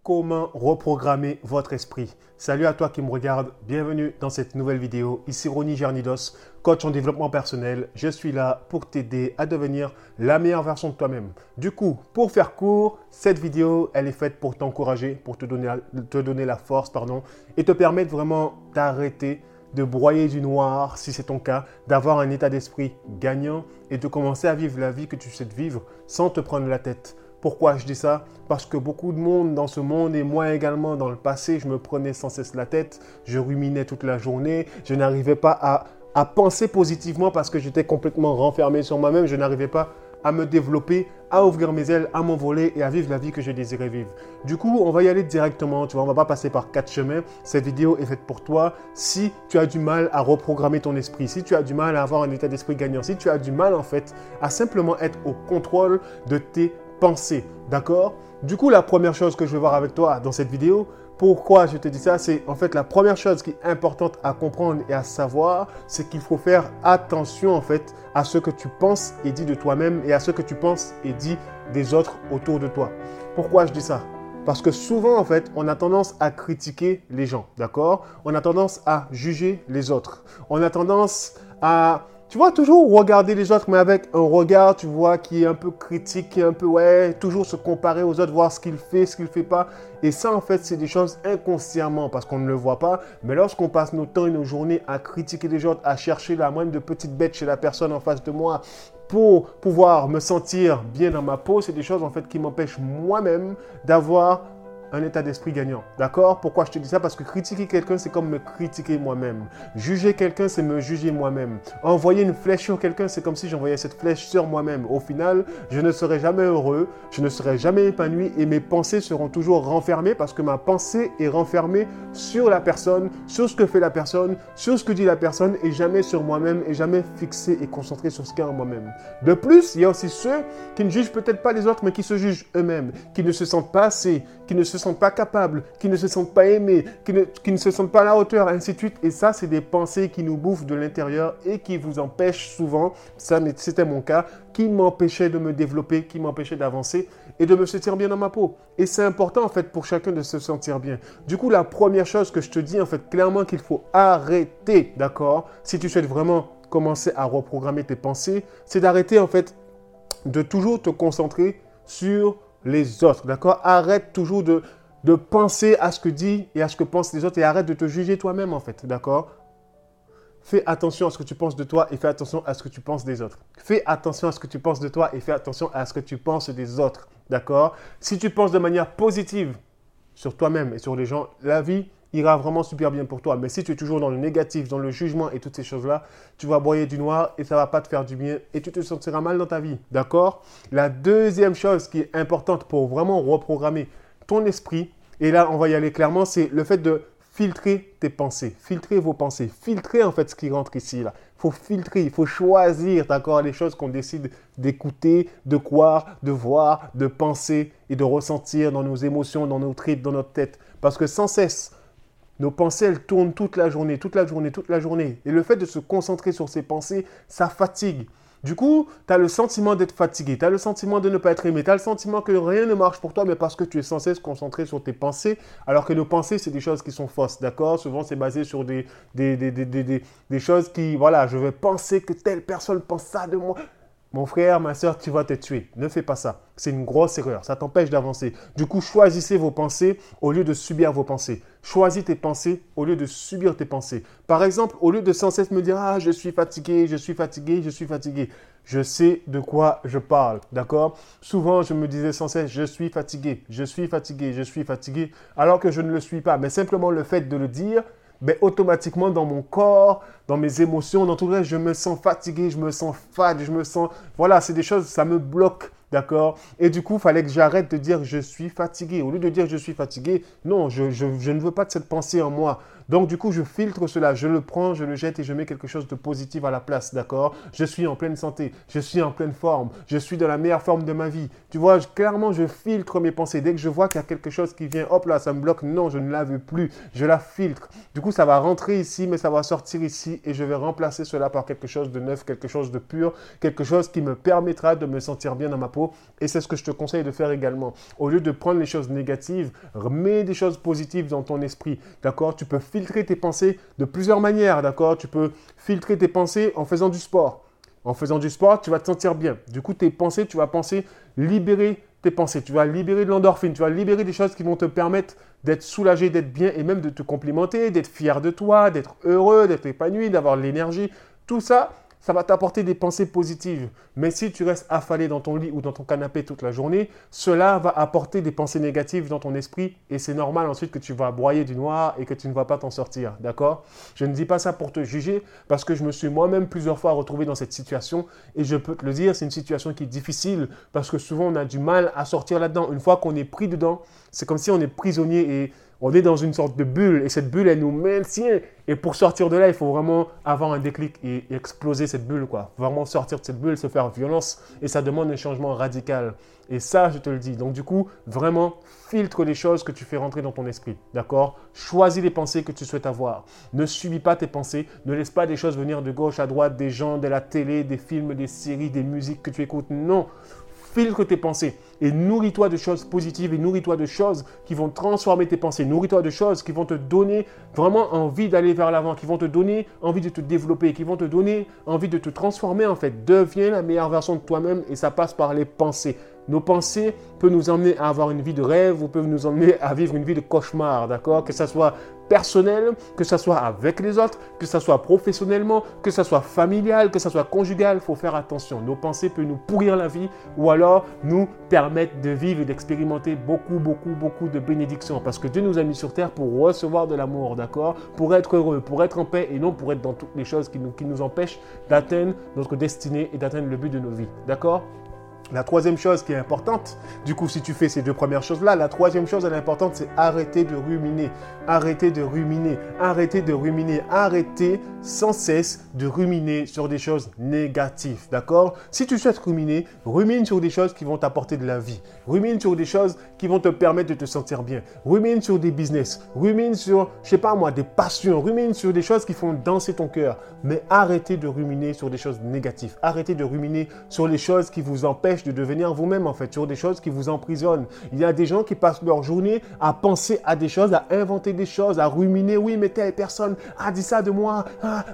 Comment reprogrammer votre esprit? Salut à toi qui me regarde, bienvenue dans cette nouvelle vidéo. Ici Ronnie Gernidos, coach en développement personnel. Je suis là pour t'aider à devenir la meilleure version de toi-même. Du coup, pour faire court, cette vidéo, elle est faite pour t'encourager, pour te donner la force, et te permettre vraiment d'arrêter de broyer du noir, si c'est ton cas, d'avoir un état d'esprit gagnant et de commencer à vivre la vie que tu souhaites vivre sans te prendre la tête. Pourquoi je dis ça? Parce que beaucoup de monde dans ce monde, et moi également dans le passé, je me prenais sans cesse la tête, je ruminais toute la journée, je n'arrivais pas à penser positivement parce que j'étais complètement renfermé sur moi-même, je n'arrivais pas à me développer, à ouvrir mes ailes, à m'envoler et à vivre la vie que je désirais vivre. Du coup, on va y aller directement, tu vois, on ne va pas passer par 4 chemins. Cette vidéo est faite pour toi si tu as du mal à reprogrammer ton esprit, si tu as du mal à avoir un état d'esprit gagnant, si tu as du mal en fait à simplement être au contrôle de tes pensées, d'accord? Du coup, la première chose que je vais voir avec toi dans cette vidéo, pourquoi je te dis ça, c'est en fait la première chose qui est importante à comprendre et à savoir, c'est qu'il faut faire attention en fait à ce que tu penses et dis de toi-même et à ce que tu penses et dis des autres autour de toi. Pourquoi je dis ça? Parce que souvent, en fait, on a tendance à critiquer les gens, d'accord? On a tendance à juger les autres. On a tendance à, tu vois, toujours regarder les autres, mais avec un regard, tu vois, qui est un peu critique, qui est un peu, ouais, toujours se comparer aux autres, voir ce qu'il fait pas. Et ça, en fait, c'est des choses inconsciemment parce qu'on ne le voit pas. Mais lorsqu'on passe nos temps et nos journées à critiquer les autres, à chercher la moindre de petite bête chez la personne en face de moi, pour pouvoir me sentir bien dans ma peau, c'est des choses en fait qui m'empêchent moi-même d'avoir un état d'esprit gagnant. D'accord? Pourquoi je te dis ça? Parce que critiquer quelqu'un, c'est comme me critiquer moi-même. Juger quelqu'un, c'est me juger moi-même. Envoyer une flèche sur quelqu'un, c'est comme si j'envoyais cette flèche sur moi-même. Au final, je ne serai jamais heureux, je ne serai jamais épanoui et mes pensées seront toujours renfermées parce que ma pensée est renfermée sur la personne, sur ce que fait la personne, sur ce que dit la personne et jamais sur moi-même et jamais fixé et concentré sur ce qu'il y a en moi-même. De plus, il y a aussi ceux qui ne jugent peut-être pas les autres, mais qui se jugent eux-mêmes, qui ne se sentent pas assez, qui ne se sentent pas capables, qui ne se sentent pas aimés, qui ne se sentent pas à la hauteur, ainsi de suite. Et ça, c'est des pensées qui nous bouffent de l'intérieur et qui vous empêchent souvent, ça c'était mon cas, qui m'empêchait de me développer, qui m'empêchait d'avancer et de me sentir bien dans ma peau. Et c'est important en fait pour chacun de se sentir bien. Du coup, la première chose que je te dis en fait clairement qu'il faut arrêter, d'accord? Si tu souhaites vraiment commencer à reprogrammer tes pensées, c'est d'arrêter en fait de toujours te concentrer sur les autres, d'accord? Arrête toujours de penser à ce que dit et à ce que pensent les autres et arrête de te juger toi-même en fait, d'accord? Fais attention à ce que tu penses de toi et fais attention à ce que tu penses des autres. Fais attention à ce que tu penses de toi et fais attention à ce que tu penses des autres, d'accord? Si tu penses de manière positive sur toi-même et sur les gens, la vie ira vraiment super bien pour toi. Mais si tu es toujours dans le négatif, dans le jugement et toutes ces choses-là, tu vas broyer du noir et ça ne va pas te faire du bien et tu te sentiras mal dans ta vie. D'accord? La deuxième chose qui est importante pour vraiment reprogrammer ton esprit, et là on va y aller clairement, c'est le fait de filtrer tes pensées, filtrer vos pensées, filtrer en fait ce qui rentre ici là. Il faut filtrer, il faut choisir, d'accord, les choses qu'on décide d'écouter, de croire, de voir, de penser et de ressentir dans nos émotions, dans nos tripes, dans notre tête. Parce que sans cesse, nos pensées, elles tournent toute la journée, toute la journée, toute la journée. Et le fait de se concentrer sur ces pensées, ça fatigue. Du coup, tu as le sentiment d'être fatigué, tu as le sentiment de ne pas être aimé, tu as le sentiment que rien ne marche pour toi, mais parce que tu es sans cesse concentré sur tes pensées, alors que nos pensées, c'est des choses qui sont fausses, d'accord? Souvent, c'est basé sur des choses qui, voilà, je vais penser que telle personne pense ça de moi. Mon frère, ma soeur, tu vas te tuer. Ne fais pas ça. C'est une grosse erreur. Ça t'empêche d'avancer. Du coup, choisissez vos pensées au lieu de subir vos pensées. Choisis tes pensées au lieu de subir tes pensées. Par exemple, au lieu de sans cesse me dire « Ah, je suis fatigué, je suis fatigué, je suis fatigué », je sais de quoi je parle, d'accord? Souvent, je me disais sans cesse « Je suis fatigué, je suis fatigué, je suis fatigué », alors que je ne le suis pas. Mais simplement le fait de le dire, ben, automatiquement dans mon corps, dans mes émotions, dans tout le reste, je me sens fatigué, je me sens fade, je me sens... Voilà, c'est des choses, ça me bloque, d'accord? Et du coup, il fallait que j'arrête de dire je suis fatigué. Au lieu de dire je suis fatigué, non, je ne veux pas de cette pensée en moi. Donc, du coup, je filtre cela, je le prends, je le jette et je mets quelque chose de positif à la place, d'accord? Je suis en pleine santé, je suis en pleine forme, je suis dans la meilleure forme de ma vie. Tu vois, clairement, je filtre mes pensées. Dès que je vois qu'il y a quelque chose qui vient, hop là, ça me bloque, non, je ne la veux plus, je la filtre. Du coup, ça va rentrer ici, mais ça va sortir ici et je vais remplacer cela par quelque chose de neuf, quelque chose de pur, quelque chose qui me permettra de me sentir bien dans ma peau propos. Et c'est ce que je te conseille de faire également. Au lieu de prendre les choses négatives, remets des choses positives dans ton esprit. D'accord? Tu peux filtrer tes pensées de plusieurs manières. D'accord? Tu peux filtrer tes pensées en faisant du sport. En faisant du sport, tu vas te sentir bien. Du coup, tes pensées, tu vas penser, libérer tes pensées. Tu vas libérer de l'endorphine. Tu vas libérer des choses qui vont te permettre d'être soulagé, d'être bien et même de te complimenter, d'être fier de toi, d'être heureux, d'être épanoui, d'avoir l'énergie. Tout ça, ça va t'apporter des pensées positives. Mais si tu restes affalé dans ton lit ou dans ton canapé toute la journée, cela va apporter des pensées négatives dans ton esprit et c'est normal ensuite que tu vas broyer du noir et que tu ne vas pas t'en sortir. D'accord? Je ne dis pas ça pour te juger parce que je me suis moi-même plusieurs fois retrouvé dans cette situation et je peux te le dire, c'est une situation qui est difficile parce que souvent on a du mal à sortir là-dedans. Une fois qu'on est pris dedans, c'est comme si on est prisonnier et on est dans une sorte de bulle et cette bulle, elle nous maintient. Et pour sortir de là, il faut vraiment avoir un déclic et exploser cette bulle, quoi. Vraiment sortir de cette bulle, se faire violence et ça demande un changement radical. Et ça, je te le dis. Donc du coup, vraiment, filtre les choses que tu fais rentrer dans ton esprit, d'accord? Choisis les pensées que tu souhaites avoir. Ne subis pas tes pensées. Ne laisse pas des choses venir de gauche à droite, des gens, de la télé, des films, des séries, des musiques que tu écoutes. Non. Filtre tes pensées et nourris-toi de choses positives et nourris-toi de choses qui vont transformer tes pensées. Nourris-toi de choses qui vont te donner vraiment envie d'aller vers l'avant, qui vont te donner envie de te développer, qui vont te donner envie de te transformer en fait. Deviens la meilleure version de toi-même et ça passe par les pensées. Nos pensées peuvent nous emmener à avoir une vie de rêve ou peuvent nous emmener à vivre une vie de cauchemar, d'accord? Que ça soit personnel, que ça soit avec les autres, que ça soit professionnellement, que ça soit familial, que ça soit conjugal, il faut faire attention. Nos pensées peuvent nous pourrir la vie ou alors nous permettre de vivre et d'expérimenter beaucoup de bénédictions. Parce que Dieu nous a mis sur terre pour recevoir de l'amour, d'accord? Pour être heureux, pour être en paix et non pour être dans toutes les choses qui nous empêchent d'atteindre notre destinée et d'atteindre le but de nos vies, d'accord? La troisième chose qui est importante, du coup, si tu fais ces deux premières choses-là, la troisième chose, elle est importante, c'est arrêter de ruminer. Arrêter de ruminer. Arrêter de ruminer. Arrêter sans cesse de ruminer sur des choses négatives. D'accord? Si tu souhaites ruminer, rumine sur des choses qui vont t'apporter de la vie. Rumine sur des choses qui vont te permettre de te sentir bien. Rumine sur des business. Rumine sur, je sais pas moi, des passions. Rumine sur des choses qui font danser ton cœur. Mais arrêtez de ruminer sur des choses négatives. Arrêtez de ruminer sur les choses qui vous empêchent de devenir vous-même en fait, sur des choses qui vous emprisonnent. Il y a des gens qui passent leur journée à penser à des choses, à inventer des choses, à ruminer. Oui, mais telle personne a dit ça de moi.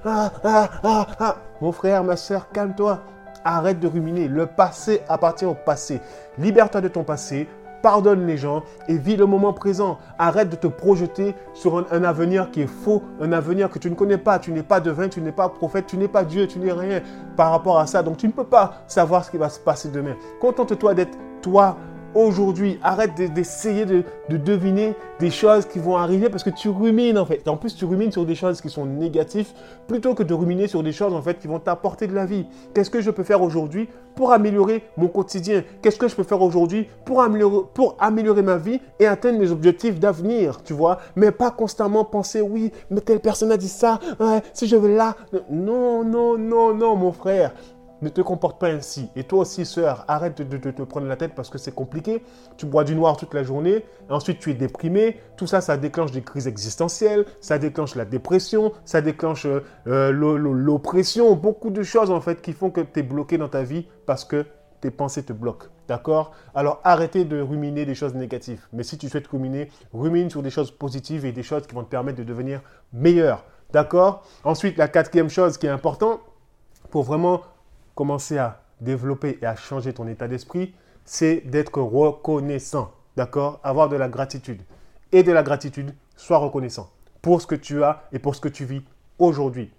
Mon frère, ma soeur, calme-toi. Arrête de ruminer. Le passé appartient au passé. Libère-toi de ton passé. Pardonne les gens et vis le moment présent. Arrête de te projeter sur un avenir qui est faux, un avenir que tu ne connais pas. Tu n'es pas devin, tu n'es pas prophète, tu n'es pas Dieu, tu n'es rien par rapport à ça. Donc tu ne peux pas savoir ce qui va se passer demain. Contente-toi d'être toi aujourd'hui. Arrête d'essayer de deviner des choses qui vont arriver parce que tu rumines en fait. En plus, tu rumines sur des choses qui sont négatives plutôt que de ruminer sur des choses en fait qui vont t'apporter de la vie. Qu'est-ce que je peux faire aujourd'hui pour améliorer mon quotidien? Qu'est-ce que je peux faire aujourd'hui pour améliorer ma vie et atteindre mes objectifs d'avenir, tu vois? Mais pas constamment penser, oui, mais telle personne a dit ça, ouais, si je veux là. Non, mon frère. Ne te comporte pas ainsi. Et toi aussi, sœur, arrête de te prendre la tête parce que c'est compliqué. Tu bois du noir toute la journée, ensuite tu es déprimé. Tout ça, ça déclenche des crises existentielles, ça déclenche la dépression, ça déclenche l'oppression. Beaucoup de choses en fait qui font que tu es bloqué dans ta vie parce que tes pensées te bloquent. D'accord? Alors arrêtez de ruminer des choses négatives. Mais si tu souhaites ruminer, rumine sur des choses positives et des choses qui vont te permettre de devenir meilleur. D'accord? Ensuite, la quatrième chose qui est importante pour vraiment commencer à développer et à changer ton état d'esprit, c'est d'être reconnaissant, d'accord? Avoir de la gratitude. Et de la gratitude, sois reconnaissant pour ce que tu as et pour ce que tu vis aujourd'hui.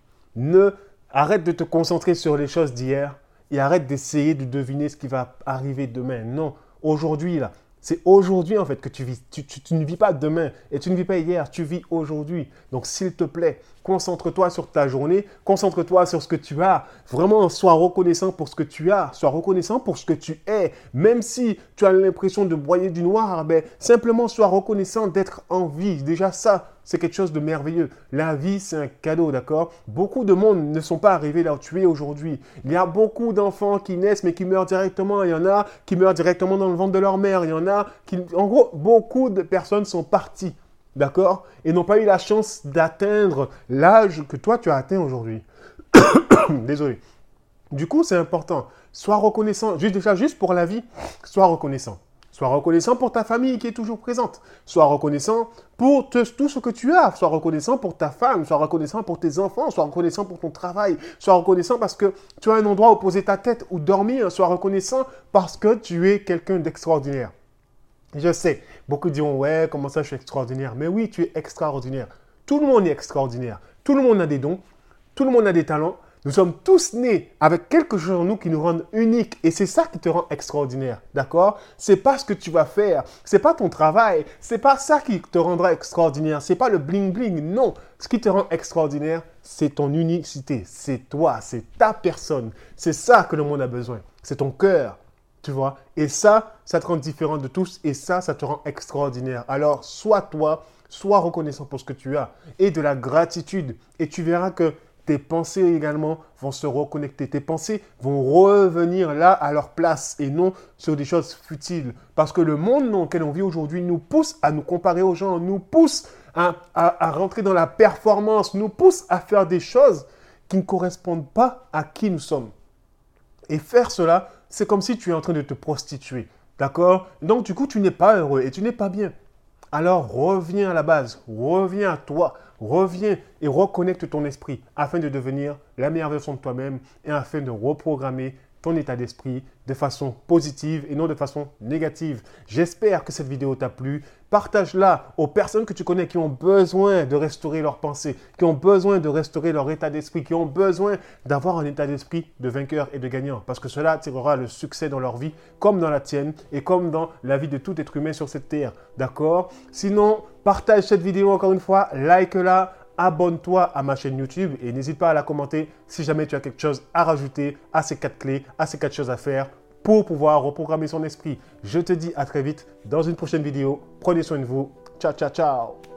Arrête de te concentrer sur les choses d'hier et arrête d'essayer de deviner ce qui va arriver demain. Non, aujourd'hui là, c'est aujourd'hui en fait que tu vis. Tu ne vis pas demain et tu ne vis pas hier, tu vis aujourd'hui. Donc s'il te plaît, concentre-toi sur ta journée, concentre-toi sur ce que tu as. Vraiment, sois reconnaissant pour ce que tu as, sois reconnaissant pour ce que tu es. Même si tu as l'impression de broyer du noir, ben, simplement sois reconnaissant d'être en vie. Déjà ça, c'est quelque chose de merveilleux. La vie, c'est un cadeau, d'accord? Beaucoup de monde ne sont pas arrivés là où tu es aujourd'hui. Il y a beaucoup d'enfants qui naissent mais qui meurent directement. Il y en a qui meurent directement dans le ventre de leur mère. Il y en a qui... En gros, beaucoup de personnes sont parties, d'accord? Et n'ont pas eu la chance d'atteindre l'âge que toi, tu as atteint aujourd'hui. Désolé. Du coup, c'est important. Sois reconnaissant, juste pour la vie, sois reconnaissant. Sois reconnaissant pour ta famille qui est toujours présente. Sois reconnaissant pour tout ce que tu as. Sois reconnaissant pour ta femme. Sois reconnaissant pour tes enfants. Sois reconnaissant pour ton travail. Sois reconnaissant parce que tu as un endroit où poser ta tête ou dormir. Sois reconnaissant parce que tu es quelqu'un d'extraordinaire. Je sais, beaucoup diront, ouais, comment ça je suis extraordinaire? Mais oui, tu es extraordinaire. Tout le monde est extraordinaire. Tout le monde a des dons. Tout le monde a des talents. Nous sommes tous nés avec quelque chose en nous qui nous rend uniques et c'est ça qui te rend extraordinaire, d'accord? C'est pas ce que tu vas faire, c'est pas ton travail, c'est pas ça qui te rendra extraordinaire, c'est pas le bling bling, non. Ce qui te rend extraordinaire, c'est ton unicité, c'est toi, c'est ta personne. C'est ça que le monde a besoin, c'est ton cœur, tu vois? Et ça te rend différent de tous et ça te rend extraordinaire. Alors, sois toi, sois reconnaissant pour ce que tu as et de la gratitude et tu verras que tes pensées également vont se reconnecter. Tes pensées vont revenir là à leur place et non sur des choses futiles. Parce que le monde dans lequel on vit aujourd'hui nous pousse à nous comparer aux gens, nous pousse à rentrer dans la performance, nous pousse à faire des choses qui ne correspondent pas à qui nous sommes. Et faire cela, c'est comme si tu es en train de te prostituer. D'accord? Donc du coup, tu n'es pas heureux et tu n'es pas bien. Alors reviens à la base, reviens à toi, reviens et reconnecte ton esprit afin de devenir la meilleure version de toi-même et afin de reprogrammer ton état d'esprit de façon positive et non de façon négative. J'espère que cette vidéo t'a plu. Partage-la aux personnes que tu connais qui ont besoin de restaurer leurs pensées, qui ont besoin de restaurer leur état d'esprit, qui ont besoin d'avoir un état d'esprit de vainqueur et de gagnant. Parce que cela tirera le succès dans leur vie, comme dans la tienne et comme dans la vie de tout être humain sur cette terre. D'accord? Sinon, partage cette vidéo encore une fois, like-la. Abonne-toi à ma chaîne YouTube et n'hésite pas à la commenter si jamais tu as quelque chose à rajouter à ces 4 clés, à ces 4 choses à faire pour pouvoir reprogrammer son esprit. Je te dis à très vite dans une prochaine vidéo. Prenez soin de vous. Ciao, ciao, ciao.